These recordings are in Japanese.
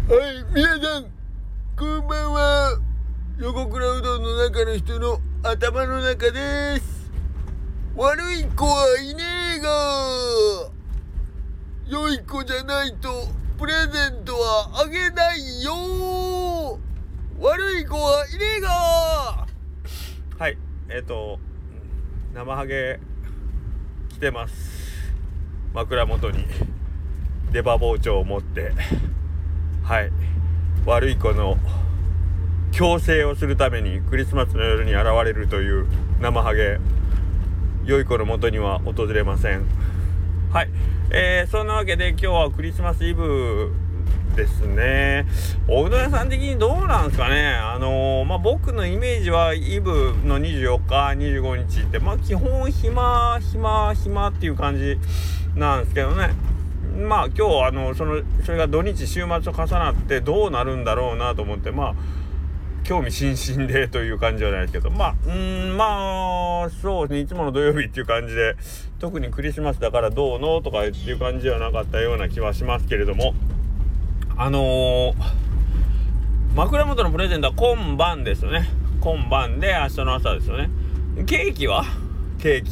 皆さんこんばんは。横倉うどんの中の人の頭の中です。悪い子はいねえが、良い子じゃないとプレゼントはあげないよ。悪い子はいねえが。 はい、生ハゲ来てます。枕元に出刃包丁を持って、はい、悪い子の強制をするためにクリスマスの夜に現れるという生ハゲ、良い子の元には訪れません。はい、そんなわけで今日はクリスマスイブですね。おうどん屋さん的にどうなんですかね。僕のイメージはイブの24日25日って基本暇っていう感じなんですけどね。今日それが土日週末と重なってどうなるんだろうなと思って、興味津々でという感じじゃないですけど、そうですね、いつもの土曜日っていう感じで、特にクリスマスだからどうのとかっていう感じではなかったような気はしますけれども、枕元のプレゼントは今晩ですよね。今晩で明日の朝ですよね。ケーキは今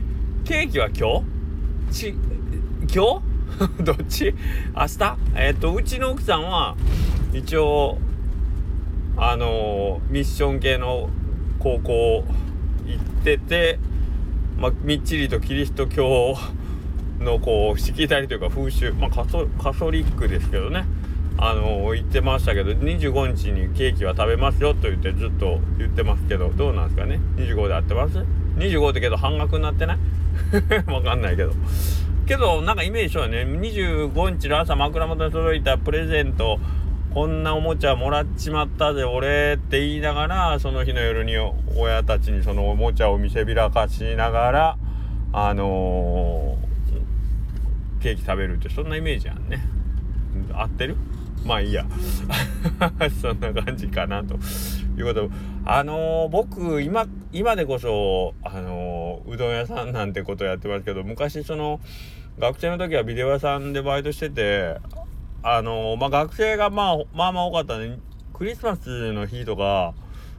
日どっち？明日？うちの奥さんは一応ミッション系の高校行ってて、みっちりとキリスト教のしきたりというか風習、カソリックですけどね、言ってましたけど、25日にケーキは食べますよと言ってずっと言ってますけど、どうなんですかね。25で合ってます？ 25 ってけど半額になってないわかんないけどなんかイメージはね、25日の朝枕元に届いたプレゼント、こんなおもちゃもらっちまったぜ俺って言いながら、その日の夜に親たちにそのおもちゃを見せびらかしながらケーキ食べるって、そんなイメージやんね。合ってる？いいやそんな感じかなということ。僕今でこそうどん屋さんなんてことをやってますけど、昔学生の時はビデオ屋さんでバイトしてて、学生が多かったね。クリスマスの日とか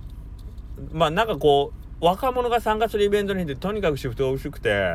若者が参加するイベントにでとにかくシフトが薄くて、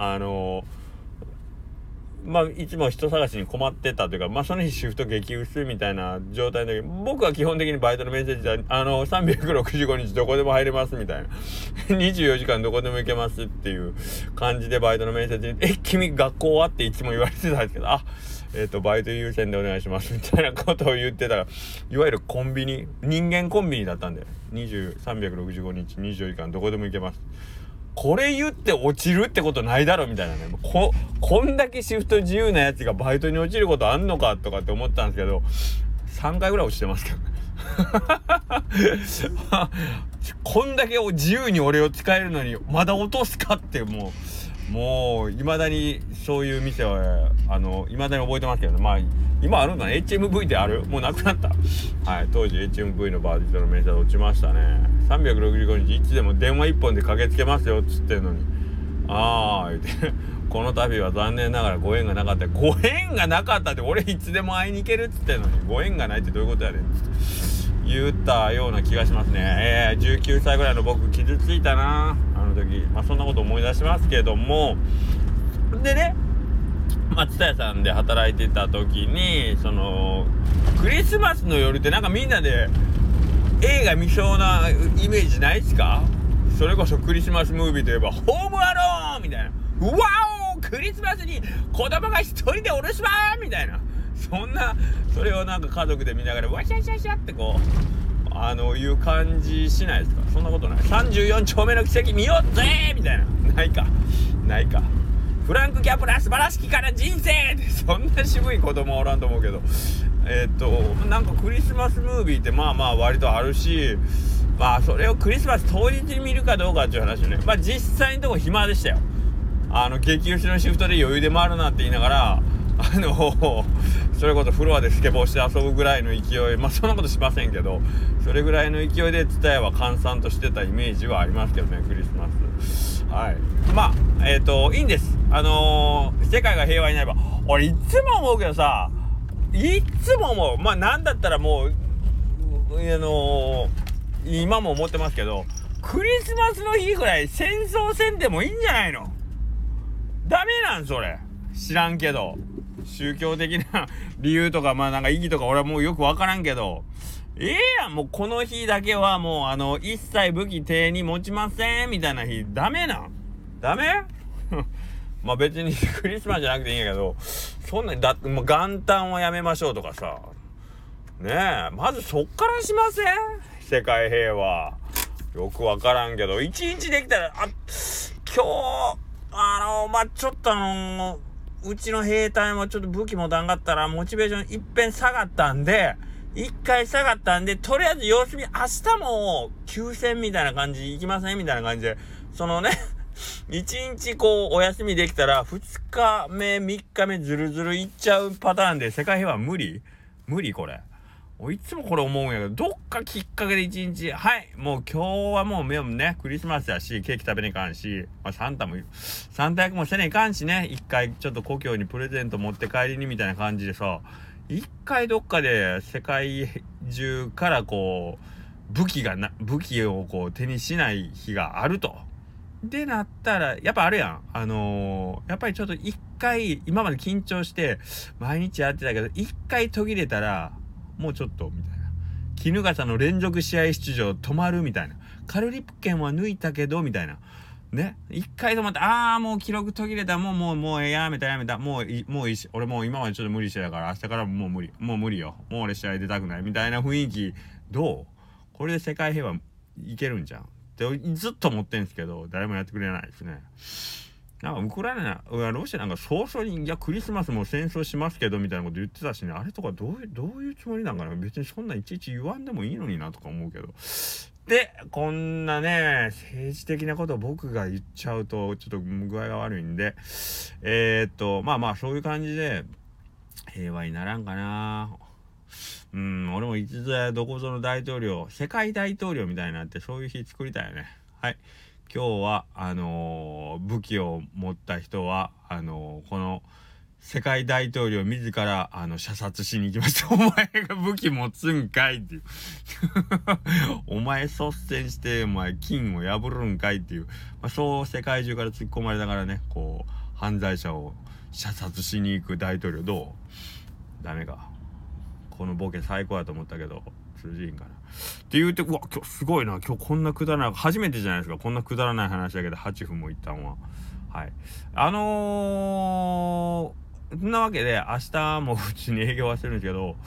いつも人探しに困ってたというか、その日シフト激薄みたいな状態の時、僕は基本的にバイトのメッセージで365日どこでも入れますみたいな24時間どこでも行けますっていう感じでバイトのメッセージに君学校はっていつも言われてたんですけど、バイト優先でお願いしますみたいなことを言ってたら、いわゆるコンビニ、人間コンビニだったんで、365日24時間どこでも行けます。これ言って落ちるってことないだろみたいなね。こんだけシフト自由なやつがバイトに落ちることあんのかとかって思ったんですけど、3回ぐらい落ちてますけどねこんだけ自由に俺を使えるのにまだ落とすかって、もう未だにそういう店は未だに覚えてますけどね。今あるんだね。 HMV ってある？もうなくなった。はい、当時 HMV のバーディストの面接落ちましたね。365日いつでも電話1本で駆けつけますよっつってんのに、言ってこの度は残念ながらご縁がなかった。ご縁がなかったって俺いつでも会いに行けるっつってんのに、ご縁がないってどういうことやねんっつって言ったような気がしますね。19歳ぐらいの僕傷ついたな、あの時。そんなこと思い出しますけども、でね、蔦屋さんで働いてた時に、クリスマスの夜ってみんなで映画見そうなイメージないっすか？それこそクリスマスムービーといえばホームアローンみたいな、うわおクリスマスに子供が一人でお留守番みたいな、それを家族で見ながらワシャシャシャっていう感じしないですか？そんなことない。34丁目の奇跡見ようぜみたいな、ないか。フランク・キャプラ素晴らしきから人生ってそんな渋い子供おらんと思うけど、クリスマスムービーって割とあるし、それをクリスマス当日に見るかどうかっていう話よね。実際のとこ暇でしたよ。激薄のシフトで余裕で回るなって言いながら、それこそフロアでスケボーして遊ぶぐらいの勢い、そんなことしませんけど、それぐらいの勢いで蔦屋は閑散としてたイメージはありますけどね、クリスマス。はい。いいんです。世界が平和になれば。俺いつも思うけどさ、 いつももうまあなんだったらもう今も思ってますけど、クリスマスの日ぐらい戦争せんでもいいんじゃないの？ダメなんそれ。知らんけど宗教的な理由とかまあなんか意義とか俺はもうよくわからんけど、やんもうこの日だけはもう一切武器手に持ちませんみたいな日ダメなん？ダメ？まあ別にクリスマスじゃなくていいんやけど、そんなにだってもう元旦はやめましょうとかさねえ、まずそっからしません？世界平和よくわからんけど一日できたら今日まあちょっとうちの兵隊もちょっと武器持たんかったらモチベーション一遍下がったんでとりあえず様子見明日も休戦みたいな感じ行きませんみたいな感じでそのね一日こうお休みできたら2日目3日目ずるずるいっちゃうパターンで世界平和無理これ。いつもこれ思うんやけど、どっかきっかけで一日はいもう今日はもうねクリスマスやしケーキ食べねえかんし、まあ、サンタ役もせねえかんしね、一回ちょっと故郷にプレゼント持って帰りにみたいな感じでさ、一回どっかで世界中からこう武器をこう手にしない日があるとでなったらやっぱあるやん、やっぱりちょっと一回今まで緊張して毎日やってたけど一回途切れたらもうちょっとみたいな、衣笠の連続試合出場止まるみたいな、カルリプケンは抜いたけどみたいなね、一回止まってもう記録途切れた、もうやめたもういいし、俺もう今までちょっと無理してたから明日からもう無理よ、もう俺試合出たくないみたいな雰囲気どう？これで世界平和いけるんじゃんってずっと思ってんすけど誰もやってくれないですね。なんかウクライナロシアなんか早々にクリスマスも戦争しますけどみたいなこと言ってたしね、あれとかどういうつもりなんかな、別にそんないちいち言わんでもいいのになとか思うけど、でこんなね政治的なことを僕が言っちゃうとちょっと具合が悪いんでまあそういう感じで平和にならんかな。俺もいつぞやどこぞの大統領世界大統領みたいになってそういう日作りたいよね。はい、今日は武器を持った人はこの世界大統領自ら射殺しに行きました。お前が武器持つんかいっていうお前率先してお前金を破るんかいっていう、そう世界中から突っ込まれながらねこう犯罪者を射殺しに行く大統領どう？ダメか。このボケ最高だと思ったけど通じんかなって言うて、うわ今日すごいな、今日こんなくだらない初めてじゃないですか、こんなくだらない話だけで8分もいったんは。はいそんなわけで明日もうちに営業はしてるんですけど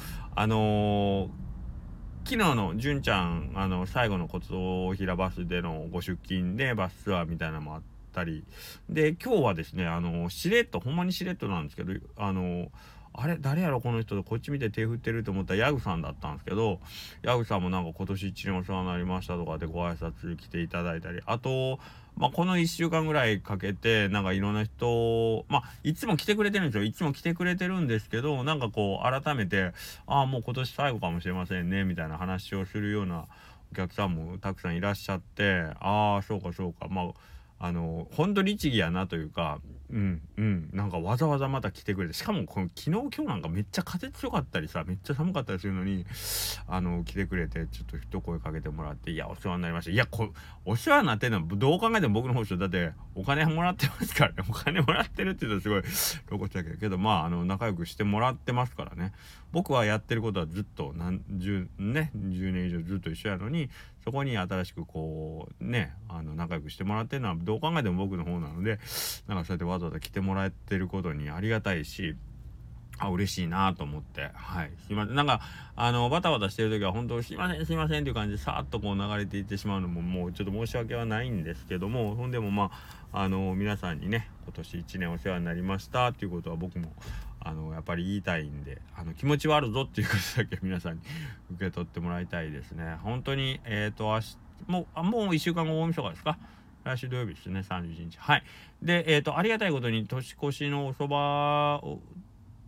昨日の純ちゃん最後の琴平バスでのご出勤でバスツアーみたいなのもあったりで、今日はですねしれっとほんまにしれっとなんですけどあれ誰やろこの人こっち見て手振ってると思ったらヤグさんだったんですけど、ヤグさんもなんか今年1年お世話になりましたとかでご挨拶来ていただいたり、あとこの1週間ぐらいかけてなんかいろんな人いつも来てくれてるんですよ。いつも来てくれてるんですけどなんかこう改めてもう今年最後かもしれませんねみたいな話をするようなお客さんもたくさんいらっしゃって、そうか本当律儀やなというかなんかわざわざまた来てくれて、しかもこの昨日今日なんかめっちゃ風強かったりさめっちゃ寒かったりするのに来てくれてちょっと一声かけてもらって、いやお世話になりました。いやお世話になってるのはどう考えても僕の方ですよ。だってお金もらってますからね。お金もらってるって言うとすごい露骨だけど仲良くしてもらってますからね。僕はやってることはずっと10年以上ずっと一緒やのに、そこに新しくこうね仲良くしてもらってるのはどう考えても僕の方なので、なんかそうやってわざわざ来てもらってることにありがたいし嬉しいなと思って、すいません。なんかバタバタしてる時は本当すいませんっていう感じでさーっとこう流れていってしまうのももうちょっと申し訳はないんですけども、ほんでも皆さんにね今年1年お世話になりましたっていうことは僕もやっぱり言いたいんで気持ちはあるぞっていうことだけ皆さんに受け取ってもらいたいですね。本当に明日もう1週間後大晦日ですか、来週土曜日ですね31日。でありがたいことに年越しのおそば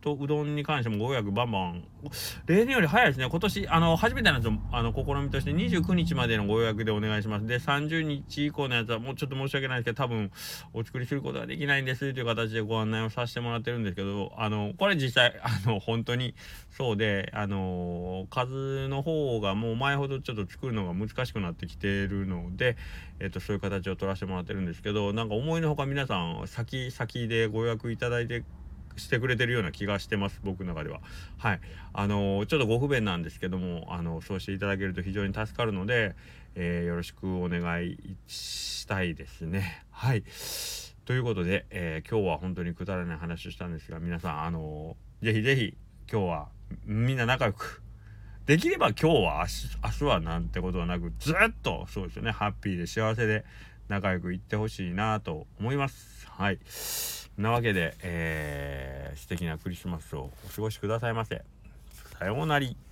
とうどんに関してもご予約バンバン、例年より早いですね。今年初めてのやつを試みとして29日までのご予約でお願いします。で30日以降のやつはもうちょっと申し訳ないですけど、多分お作りすることができないんですという形でご案内をさせてもらってるんですけど、これ実際本当にそうで、数の方がもう前ほどちょっと作るのが難しくなってきているので、そういう形を取らせてもらってるんですけど、なんか思いのほか皆さん先でご予約いただいてしてくれてるような気がしてます、僕の中では。はい、ちょっとご不便なんですけども、そうしていただけると非常に助かるので、よろしくお願いしたいですね。はい、ということで、今日は本当にくだらない話をしたんですが、皆さんぜひぜひ今日はみんな仲良く、できれば今日は明日はなんてことはなく、ずっとそうですよね、ハッピーで幸せで仲良くいってほしいなと思います。はい、なわけで、素敵なクリスマスをお過ごしくださいませ。さようなら。